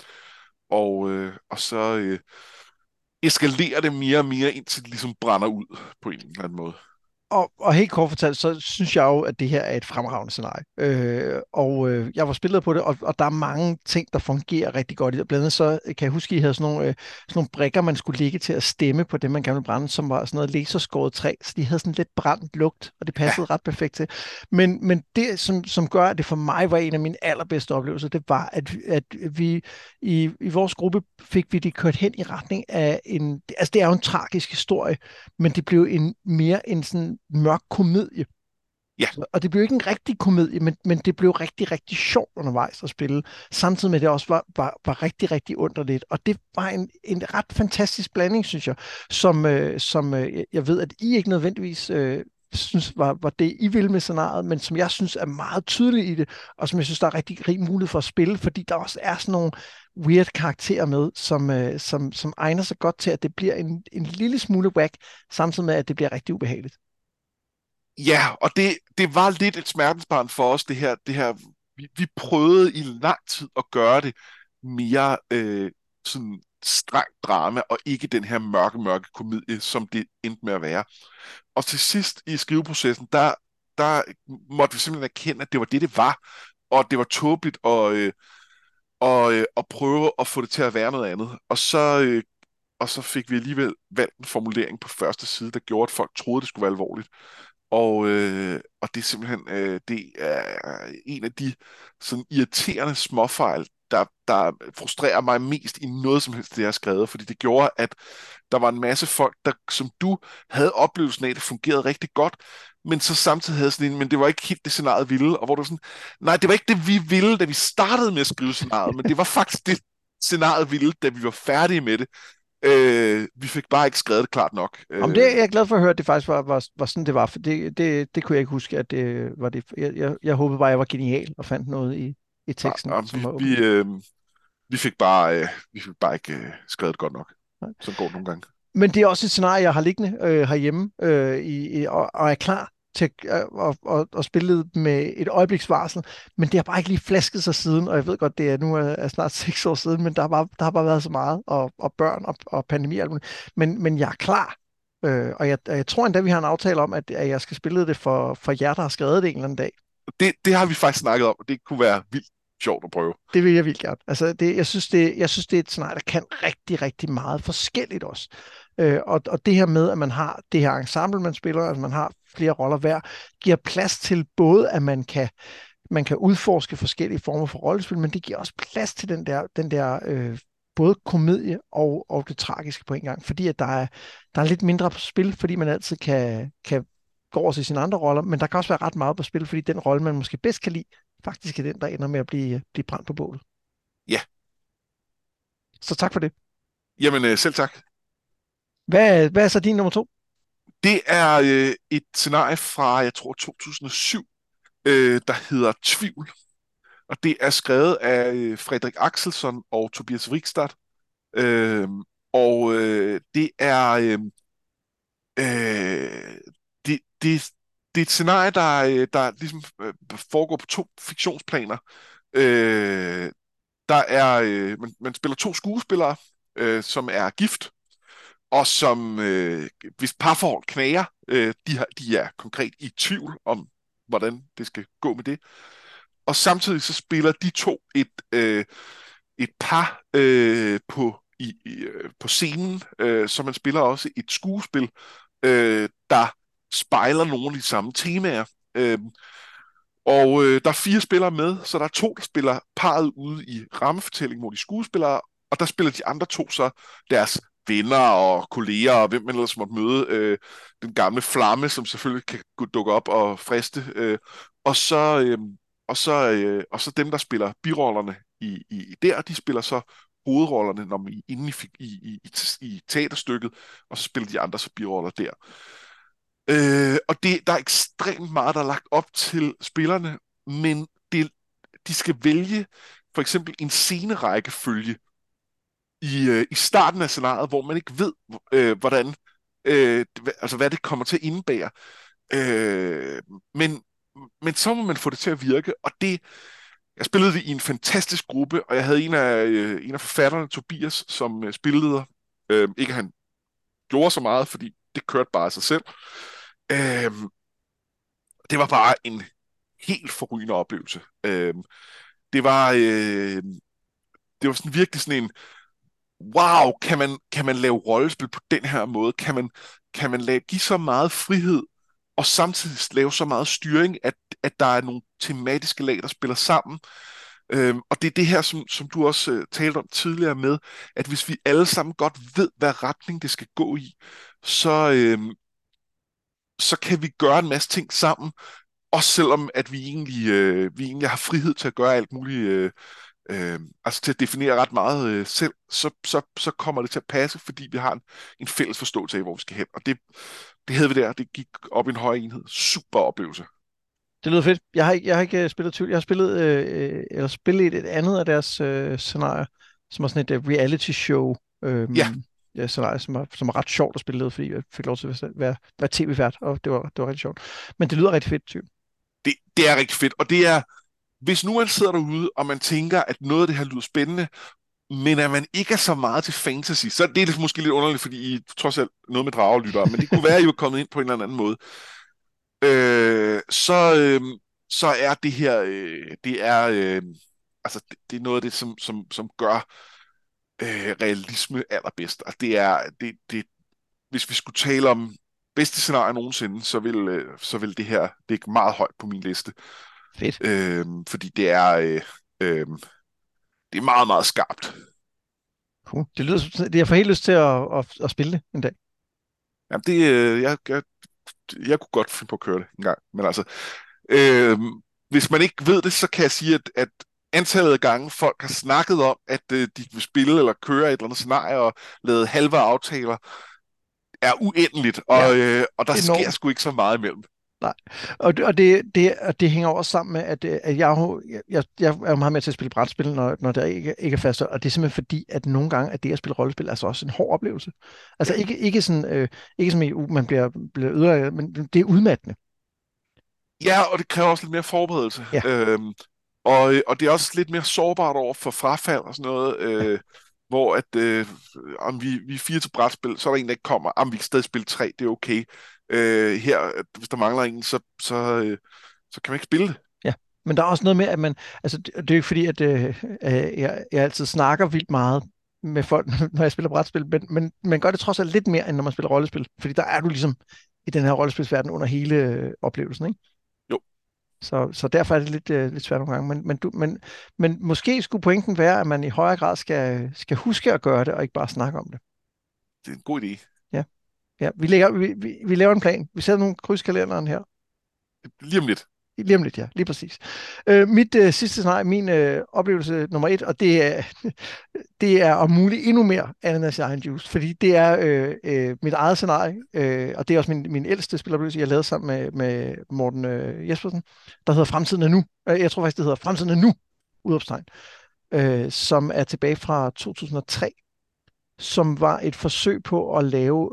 Speaker 2: Og så eskalerer det mere og mere, indtil det ligesom brænder ud på en eller anden måde.
Speaker 1: Og helt kort fortalt, så synes jeg jo, at det her er et fremragende scenarie. Jeg var spillet på det, og der er mange ting, der fungerer rigtig godt i det. Blandt andet så kan jeg huske, at I havde sådan nogle brikker, man skulle lægge til at stemme på det, man gerne ville brænde, som var sådan noget laserskåret træ, så de havde sådan lidt brændt lugt, og det
Speaker 2: Ja,
Speaker 1: passede ret perfekt til. Men det, som gør, at det for mig var en af mine allerbedste oplevelser, det var, at vi i vores gruppe fik vi det kørt hen i retning af en... Altså, det er jo en tragisk historie, men det blev mere en sådan mørk komedie.
Speaker 2: ja,
Speaker 1: Og det blev ikke en rigtig komedie, men det blev rigtig, rigtig sjovt undervejs at spille, samtidig med at det også var rigtig, rigtig underligt. Og det var en ret fantastisk blanding, synes jeg, som jeg ved, at I ikke nødvendigvis synes var det, I ville med scenariet, men som jeg synes er meget tydeligt i det, og som jeg synes, der er rigtig rig mulighed for at spille, fordi der også er sådan nogle weird karakterer med, som egner sig godt til, at det bliver en lille smule whack, samtidig med, at det bliver rigtig ubehageligt.
Speaker 2: ja, og det var lidt et smertensbarn for os, det her. Vi prøvede i lang tid at gøre det mere sådan strengt drama, og ikke den her mørke, mørke komedie, som det endte med at være. Og til sidst i skriveprocessen, der måtte vi simpelthen erkende, at det var det, det var, og det var tåbeligt at prøve at få det til at være noget andet. Og så fik vi alligevel valgt en formulering på første side, der gjorde, at folk troede, det skulle være alvorligt. Og det er simpelthen det er en af de sådan irriterende småfejl, der frustrerer mig mest i noget som helst, det jeg har skrevet, fordi det gjorde, at der var en masse folk, der som du havde oplevelsen af, at det fungerede rigtig godt, men så samtidig havde sådan en, men det var ikke helt det scenariet ville, og hvor du sådan, nej, det var ikke det, vi ville, da vi startede med at skrive scenariet, men det var faktisk det, scenariet ville, da vi var færdige med det. Vi fik bare ikke skrevet det klart nok.
Speaker 1: Om det er jeg glad for at høre, at det faktisk var sådan, det var, for det kunne jeg ikke huske, at det var det. Jeg håbede bare, at jeg var genial og fandt noget i teksten, som var okay.
Speaker 2: Vi fik bare ikke skrevet det godt nok. Så går det nogle gange.
Speaker 1: Men det er også et scenarie, jeg har liggende herhjemme og er klar til at spille med et øjebliksvarsel, men det har bare ikke lige flasket sig siden, og jeg ved godt, det er nu er snart 6 år siden, men der har bare været så meget, og børn og pandemi og alt muligt. Men jeg er klar, og jeg tror endda, vi har en aftale om, at jeg skal spille det for jer, der har skrevet det en eller anden dag.
Speaker 2: Det har vi faktisk snakket om, og det kunne være vildt sjovt at prøve.
Speaker 1: Det vil jeg vildt gerne. Altså, jeg synes, det er et scenarie, der kan rigtig, rigtig meget forskelligt også. Og det her med, at man har det her ensemble, man spiller, altså man har flere roller hver, giver plads til både, at man kan udforske forskellige former for rollespil, men det giver også plads til den der både komedie og det tragiske på en gang, fordi at der er lidt mindre på spil, fordi man altid kan gå over til sine andre roller, men der kan også være ret meget på spil, fordi den rolle, man måske bedst kan lide, faktisk er den, der ender med at blive brændt på bålet.
Speaker 2: Ja,
Speaker 1: Så tak for det.
Speaker 2: jamen selv tak.
Speaker 1: Hvad er så din nummer 2?
Speaker 2: Det er et scenarie fra, jeg tror, 2007, der hedder Tvivl. Og det er skrevet af Frederik Axelsson og Tobias Wrigstad. Øh, det er øh, det er et scenarie, der ligesom foregår på 2 fiktionsplaner. Man spiller 2 skuespillere, som er gift, og som hvis parforhold knager, de er konkret i tvivl om, hvordan det skal gå med det. Og samtidig så spiller de to et par på scenen, så man spiller også et skuespil, der spejler nogle af de samme temaer. Der er 4 spillere med, så der er 2, der spiller parret ude i rammefortælling, hvor de skuespillere, og der spiller de andre 2 så deres venner og kolleger, og hvem man ellers måtte møde. Den gamle flamme, som selvfølgelig kan dukke op og friste. Og så, og så dem, der spiller birollerne der, de spiller så hovedrollerne inde i teaterstykket, og så spiller de andre så biroller der. Og der er ekstremt meget, der er lagt op til spillerne, men de skal vælge for eksempel en scenerækkefølge, i starten af scenariet, hvor man ikke ved, hvordan, altså hvad det kommer til at indebære. Øh, men, men så må man få det til at virke, og jeg spillede det i en fantastisk gruppe, og jeg havde en af forfatterne, Tobias, som spilleder. Ikke at han gjorde så meget, fordi det kørte bare af sig selv. Øh, det var bare en helt forrygende oplevelse. Det var, øh, det var sådan virkelig sådan en, wow, kan man lave rollespil på den her måde? Kan man give så meget frihed, og samtidig lave så meget styring, at der er nogle tematiske lag, der spiller sammen? Og det er det her, som du også talte om tidligere med, at hvis vi alle sammen godt ved, hvad retning det skal gå i, så, så kan vi gøre en masse ting sammen, også selvom at vi egentlig har frihed til at gøre alt muligt, altså til at definere ret meget selv, så kommer det til at passe, fordi vi har en fælles forståelse af, hvor vi skal hen. Og det havde vi der, det gik op i en høj enhed. Super oplevelse.
Speaker 1: Det lyder fedt. Jeg har ikke spillet Tvivl. Jeg har spillet, eller spillet et andet af deres scenarier, som er sådan et reality show
Speaker 2: Ja,
Speaker 1: ja, scenarie, som er ret sjovt at spille, fordi jeg fik lov til at være tv-vært, og det var rigtig sjovt. Men det lyder rigtig fedt, Tvivl.
Speaker 2: det er rigtig fedt, og det er, hvis nu man sidder derude, og man tænker, at noget af det her lyder spændende, men at man ikke er så meget til fantasy, så det er det måske lidt underligt, fordi I trods alt noget med dragerlyttere, men det kunne være, at I var kommet ind på en eller anden måde. Øh, så, øh, så er det her, altså det er noget af det, som gør realisme allerbedst. Altså hvis vi skulle tale om bedste scenarie nogensinde, så vil det her ligge meget højt på min liste.
Speaker 1: Fedt.
Speaker 2: Fordi det er meget, meget skarpt.
Speaker 1: Cool. Det lyder, jeg får helt lyst til at spille det en dag.
Speaker 2: Jamen, jeg kunne godt finde på at køre det en gang, men altså, øh, hvis man ikke ved det, så kan jeg sige, at antallet af gange folk har snakket om, at de vil spille eller køre et eller andet scenarie og lavet halve aftaler, er uendeligt,
Speaker 1: Ja,
Speaker 2: og der sker
Speaker 1: enormt.
Speaker 2: sgu ikke så meget imellem.
Speaker 1: Nej. Og det hænger også sammen med, at jeg er jo meget med til at spille brætspil, når der ikke er fast. Og det er simpelthen fordi, at nogle gange, at det at spille rollespil, er altså også en hård oplevelse. Altså
Speaker 2: Ja,
Speaker 1: ikke sådan, ikke som i, man bliver ødelagt, men det er udmattende.
Speaker 2: ja, og det kræver også lidt mere forberedelse.
Speaker 1: Ja,
Speaker 2: Og det er også lidt mere sårbart over for frafald og sådan noget, hvor at om vi er fire til brætspil, så er der en, der ikke kommer. Om vi kan stadig spille tre, det er okay. Her, hvis der mangler en, så kan man ikke spille det.
Speaker 1: ja. Men der er også noget med, at man, altså det er jo ikke fordi, at jeg altid snakker vildt meget med folk, når jeg spiller brætspil, men man gør det trods alt lidt mere, end når man spiller rollespil. Fordi der er du ligesom i den her rollespilsverden under hele oplevelsen, ikke?
Speaker 2: Jo,
Speaker 1: Så derfor er det lidt svært nogle gange. Men måske skulle pointen være, at man i højere grad skal huske at gøre det, og ikke bare snakke om det.
Speaker 2: det er en god idé.
Speaker 1: Ja, ja. Vi laver en plan. Vi sætter nogle krydskalenderen her.
Speaker 2: Lige om lidt.
Speaker 1: Lige om lidt, ja. Lige præcis. Mit sidste scenarie, min oplevelse nummer 1, og det er om muligt endnu mere Ananas i egen juice, fordi det er mit eget scenarie, og det er også min ældste spiloplevelse, jeg lavede sammen med Morten Jespersen, der hedder Fremtiden er nu. Jeg tror faktisk, det hedder Fremtiden er nu, udopstegn, som er tilbage fra 2003, som var et forsøg på at lave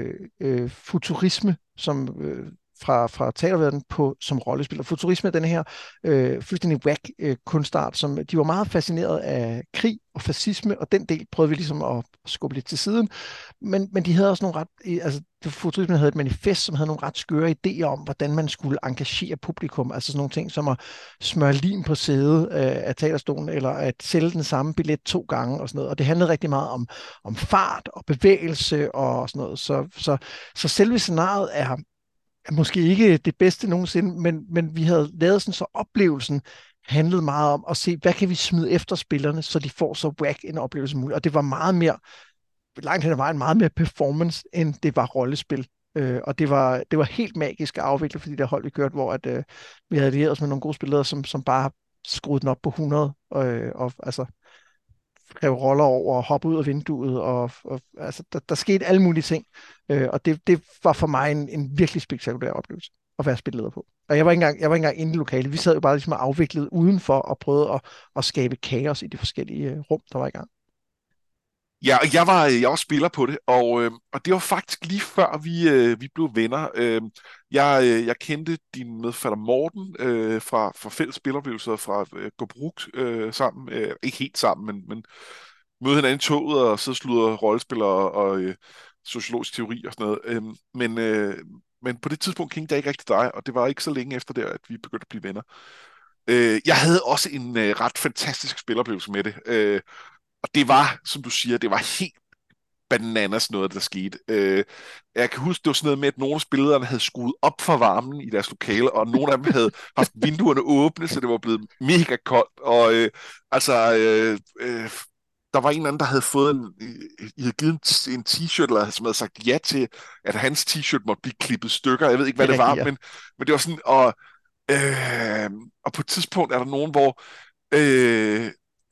Speaker 1: futurisme, som fra teaterverdenen som rollespil. Og futurisme er den her fuldstændig whack kunstart, som de var meget fascineret af krig og fascisme, og den del prøvede vi ligesom at skubbe lidt til siden. Men de havde også nogle altså futurismen havde et manifest, som havde nogle ret skøre idéer om, hvordan man skulle engagere publikum, altså sådan nogle ting som at smøre lim på sædet af teaterstolen, eller at sælge den samme billet 2 gange og sådan noget. Og det handlede rigtig meget om fart og bevægelse og sådan noget. Så selve scenariet er måske ikke det bedste nogensinde, men vi havde lavet sådan, så oplevelsen handlede meget om at se, hvad kan vi smide efter spillerne, så de får så whack en oplevelse som muligt. Og det var meget mere, langt hen ad vejen, meget mere performance, end det var rollespil. Og det var helt magisk at afvikle for de der hold, vi kørte, hvor vi havde allieret os med nogle gode spillere, som bare skruede den op på 100, og altså skrev roller over og hoppe ud af vinduet, og altså, der skete alle mulige ting. Og det var for mig en virkelig spektakulær oplevelse at være spilleder på. Og jeg var ikke engang inde i lokalet. Vi sad jo bare ligesom og afviklede udenfor og prøvede at skabe kaos i de forskellige rum, der var i gang.
Speaker 2: Ja, og jeg var spiller på det, og det var faktisk lige før vi blev venner. Jeg kendte din medfætter Morten fra fælles spiloplevelser fra Gå Brugt sammen. Ikke helt sammen, men møde hinanden i toget og sidde og sludre rollespil og sociologisk teori og sådan noget. Men på det tidspunkt kendte jeg ikke rigtig dig, og det var ikke så længe efter det, at vi begyndte at blive venner. Jeg havde også en ret fantastisk spiloplevelse med det. Og det var, som du siger, det var helt bananas noget, der skete. Jeg kan huske, det var sådan noget med, at nogle af spillerne havde skruet op for varmen i deres lokale, og nogle af dem havde haft vinduerne åbne, så det var blevet mega koldt. Og der var en eller anden, der havde fået I havde givet en t-shirt, eller som havde sagt ja til, at hans t-shirt måtte blive klippet stykker. Jeg ved ikke, hvad
Speaker 1: Det er
Speaker 2: det
Speaker 1: rigtigt,
Speaker 2: var,
Speaker 1: ja.
Speaker 2: men det var sådan, og på et tidspunkt er der nogen, hvor øh,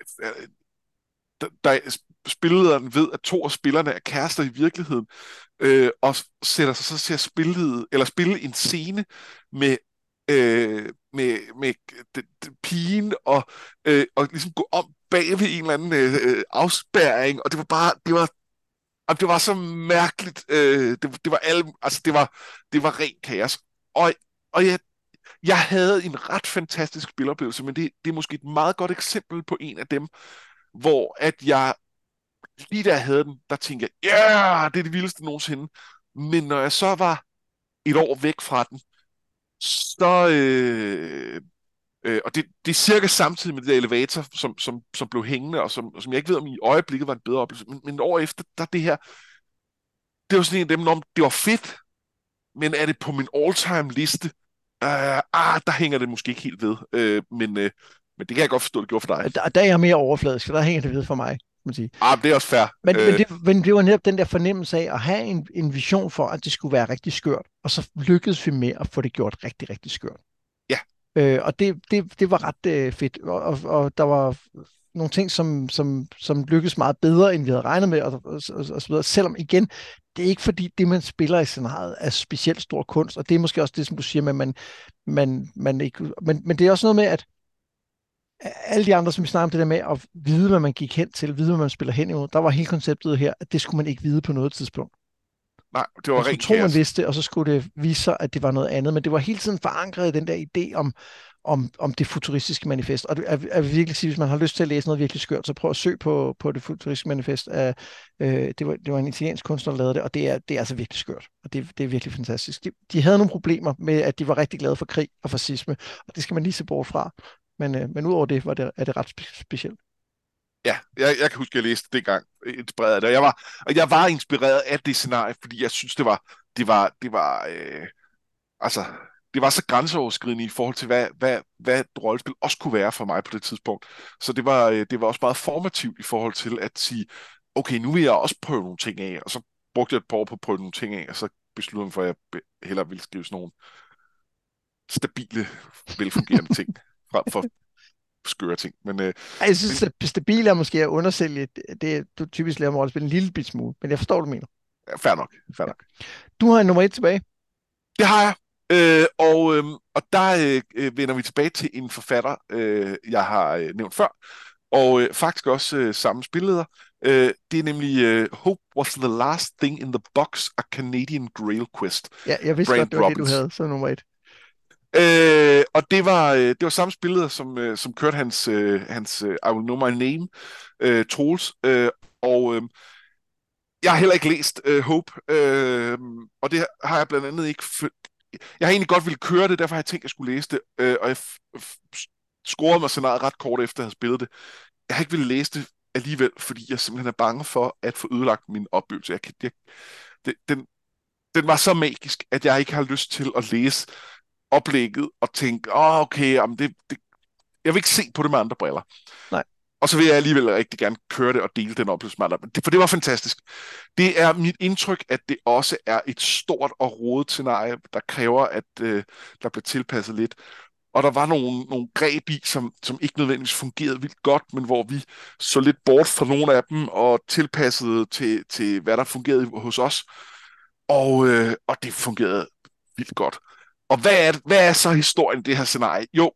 Speaker 2: der spillederen ved, at to af spillerne er kærester i virkeligheden, og sætter sig så til at spille en scene med, med pigen, og ligesom gå om bag ved en eller anden afspærring, og det var så mærkeligt. Det var altså det var ren kaos. Og, og jeg havde en ret fantastisk spiloplevelse, men det er måske et meget godt eksempel på en af dem, hvor at jeg lige da jeg havde den, der tænkte jeg, ja, det er det vildeste nogensinde. Men når jeg så var et år væk fra den, så, og det er cirka samtidig med det der elevator, som blev hængende, og som jeg ikke ved, om i øjeblikket var en bedre oplevelse, men et år efter, der det her, det var sådan en af dem, om det var fedt, men er det på min all-time liste? Der hænger det måske ikke helt ved, men det kan jeg godt forstå, det gjorde for dig.
Speaker 1: Der er jeg mere overfladisk, så der hænger det ved for mig, kan man sige.
Speaker 2: Det er også fair.
Speaker 1: Men det var netop den der fornemmelse af at have en vision for, at det skulle være rigtig skørt, og så lykkedes vi med at få det gjort rigtig, rigtig skørt.
Speaker 2: Ja.
Speaker 1: Og det var ret fedt, og der var nogle ting, som lykkedes meget bedre, end vi havde regnet med, og så videre. Selvom igen, det er ikke fordi det, man spiller i scenariet, er specielt stor kunst, og det er måske også det, som du siger, med, man ikke... Men det er også noget med, at alle de andre, som vi snakker om det der med at vide, hvad man gik hen til, vide, hvad man spiller hen imod, der var hele konceptet her, at det skulle man ikke vide på noget tidspunkt.
Speaker 2: Nej, det
Speaker 1: Man
Speaker 2: var
Speaker 1: skulle
Speaker 2: rent
Speaker 1: tro, man
Speaker 2: kaos.
Speaker 1: vidste, og så skulle det vise sig, at det var noget andet. Men det var hele tiden forankret i den der idé om det futuristiske manifest. Og jeg vil virkelig sige, hvis man har lyst til at læse noget virkelig skørt, så prøv at søge på det futuristiske manifest. Det var en italiensk kunstner, der lavede det, og det er altså virkelig skørt. Og det er virkelig fantastisk. De havde nogle problemer med, at de var rigtig glade for krig og fascisme, og det skal man lige se bort fra. Men udover det, er det ret specielt.
Speaker 2: Ja, jeg kan huske, at jeg læste det dengang, inspireret af det. Og jeg var inspireret af det scenarie, fordi jeg synes, altså, det var så grænseoverskridende i forhold til, hvad et rollespil også kunne være for mig på det tidspunkt. Så det var også meget formativt i forhold til at sige, okay, nu vil jeg også prøve nogle ting af, og så brugte jeg et par år på at prøve nogle ting af, og så besluttede jeg mig for, at jeg hellere ville skrive sådan nogle stabile, velfungerende ting, frem for skøre ting.
Speaker 1: Jeg synes, at stabil er måske at undersælge det, du typisk laver med rollespil en lille bit smule, men jeg forstår, hvad du mener.
Speaker 2: Ja, fair nok, fair nok.
Speaker 1: Du har en nummer 1 tilbage.
Speaker 2: Det har jeg. Og der vender vi tilbage til en forfatter, jeg har nævnt før, og faktisk også samme spilleder. Det er nemlig Hope Was the Last Thing in the Box, A Canadian Grail Quest.
Speaker 1: Ja, jeg vidste
Speaker 2: Brand
Speaker 1: godt, det var
Speaker 2: Robbins.
Speaker 1: det, du havde som nummer 1.
Speaker 2: Og det var samme spilleder, som kørte hans I Will Know My Name, Troels. Og jeg har heller ikke læst Hope, og det har jeg blandt andet ikke. Jeg har egentlig godt ville køre det, derfor har jeg tænkt, at jeg skulle læse det, og jeg scorede mig scenariet ret kort efter, at jeg havde spillet det. Jeg har ikke ville læse det alligevel, fordi jeg simpelthen er bange for at få ødelagt min oplevelse. Den var så magisk, at jeg ikke har lyst til at læse oplægget og tænke, okay, jamen jeg vil ikke se på det med andre briller.
Speaker 1: Nej.
Speaker 2: Og så vil jeg alligevel rigtig gerne køre det og dele den oplevelse med andre. For det var fantastisk. Det er mit indtryk, at det også er et stort og rodet scenarie, der kræver, at der bliver tilpasset lidt. Og der var nogle greb i, som ikke nødvendigvis fungerede vildt godt, men hvor vi så lidt bort fra nogle af dem og tilpassede til hvad der fungerede hos os. Og det fungerede vildt godt. Og hvad er så historien i det her scenarie? Jo,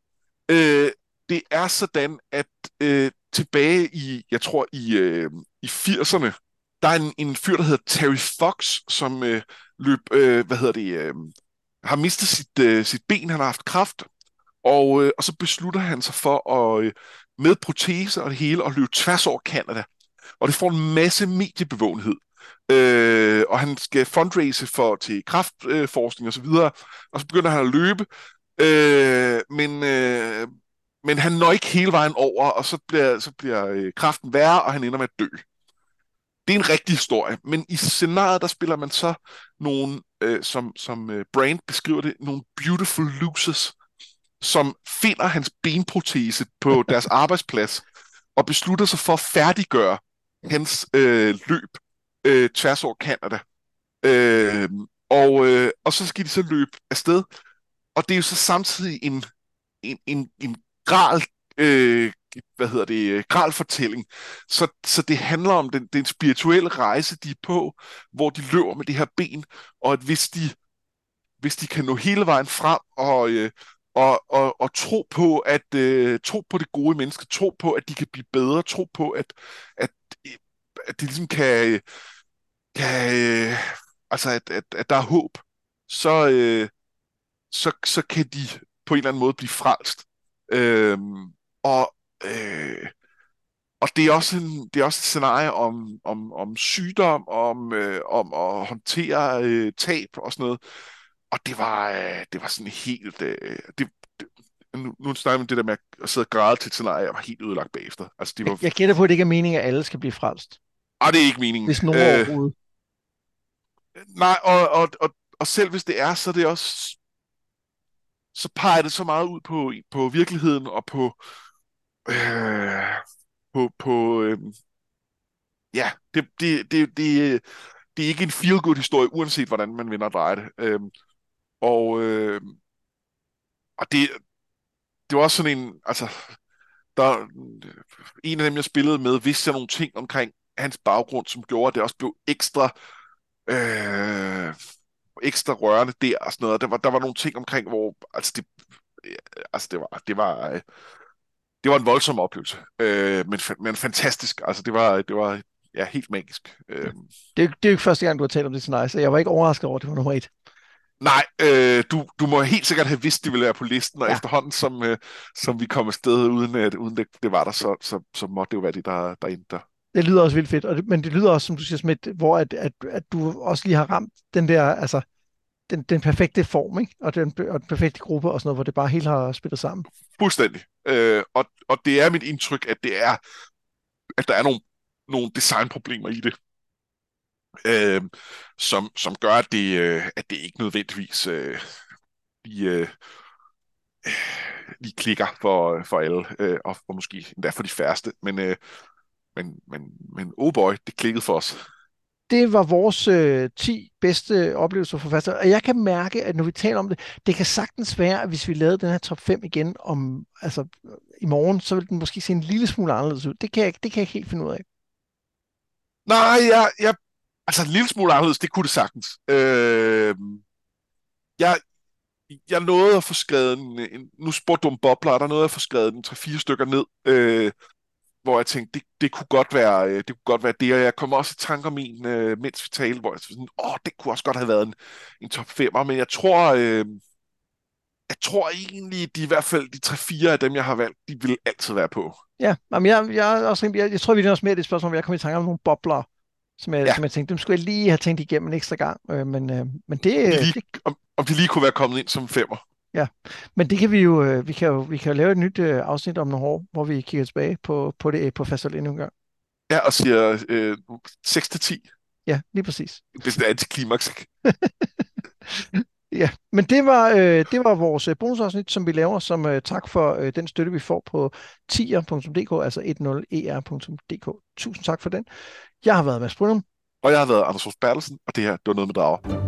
Speaker 2: det er sådan, at tilbage i, jeg tror i 80'erne, der er en fyr, der hedder Terry Fox, som løb, har mistet sit ben, han har haft kræft, og så beslutter han sig for med protese og det hele, at løbe tværs over Canada. Og det får en masse mediebevågenhed. Og han skal fundraise til kræftforskning og så videre, og så begynder han at løbe, men han når ikke hele vejen over, og så bliver kræften værre, og han ender med at dø. Det er en rigtig historie, men i scenariet, der spiller man så nogle, som Brand beskriver det, nogle beautiful losers, som finder hans benprotese på deres arbejdsplads, og beslutter sig for at færdiggøre hans løb tværs over Canada. Og så skal de så løbe afsted, og det er jo så samtidig en gral, gralfortælling. Så det handler om den spirituelle rejse, de er på, hvor de løber med det her ben, og at hvis de kan nå hele vejen frem og tro på det gode menneske, tro på, at de kan blive bedre, tro på, at de ligesom at der er håb, så kan de på en eller anden måde blive frelst. Og det er også et scenarie om sygdom, om at håndtere tab og sådan noget. Og det var sådan helt... Nu snakker vi om det der med at sidde og græde til et scenarie, jeg var helt ødelagt bagefter. Altså,
Speaker 1: Jeg gætter på, at det ikke er meningen, at alle skal blive frelst.
Speaker 2: Det er ikke meningen.
Speaker 1: Hvis nogen overhovedet.
Speaker 2: Nej, og selv hvis det er, så er det også... Så peger det så meget ud på virkeligheden og ja, det er ikke en feel-good historie, uanset hvordan man vender og drejer det. Og det var også sådan en, altså, en af dem, jeg spillede med, vidste jeg nogle ting omkring hans baggrund, som gjorde, at det også blev ekstra rørende der og sådan noget. Der var nogle ting omkring, hvor det var en voldsom oplevelse, men fantastisk. Altså det var ja, helt magisk.
Speaker 1: Det er jo ikke første gang, du har talt om det scenarie, så jeg var ikke overrasket over, at det var nummer 1.
Speaker 2: Nej, du må helt sikkert have vidst, det ville være på listen, og efterhånden, som vi kom afsted, uden det var der, så måtte det jo være det, der endte der.
Speaker 1: Det lyder også vildt fedt, men det lyder også, som du siger, Smidt, hvor at du også lige har ramt den der, altså, den perfekte form, ikke? Og den perfekte gruppe og sådan noget, hvor det bare helt har spillet sammen.
Speaker 2: Fuldstændig. Og det er mit indtryk, at der er nogle designproblemer i det, som gør, at det ikke nødvendigvis lige klikker for alle, og måske endda for de færreste. Men oh boy, det klikkede for os.
Speaker 1: Det var vores 10 bedste oplevelser for faste. Og jeg kan mærke, at når vi taler om det, det kan sagtens være, at hvis vi lavede den her top 5 igen i morgen, så vil den måske se en lille smule anderledes ud. Det kan jeg ikke helt finde ud af.
Speaker 2: Nej, altså en lille smule anderledes, det kunne det sagtens. Jeg nåede at få skrevet nu spurgte du om bobler, der nåede at få skrevet en 3-4 stykker ned, hvor jeg tænkte, det kunne godt være det, og jeg kom også i tanker om en, mens vi talte, hvor jeg sådan, det kunne også godt have været en top 5'er, men jeg tror egentlig, i hvert fald de 3-4 af dem, jeg har valgt, de vil altid være på.
Speaker 1: Ja, men jeg tror, vi er også mere det spørgsmål, hvor jeg kom i tanker om nogle bobler, som jeg tænkte, dem skulle jeg lige have tænkt igennem en ekstra gang, men det...
Speaker 2: Om de lige kunne være kommet ind som 5'er.
Speaker 1: Ja, men det kan vi kan jo lave et nyt afsnit om nogle år, hvor vi kigger tilbage på det på fasthold endnu en gang.
Speaker 2: Ja, og siger 6-10.
Speaker 1: Ja, lige præcis.
Speaker 2: Hvis det er antiklimaks.
Speaker 1: Ja, men det var vores bonusafsnit, som vi laver som tak for den støtte, vi får på tier.dk, altså 10er.dk. Tusind tak for den. Jeg har været Mads Brynum.
Speaker 2: Og jeg har været Anders Hofs Bertelsen, og det her, det var noget med drager.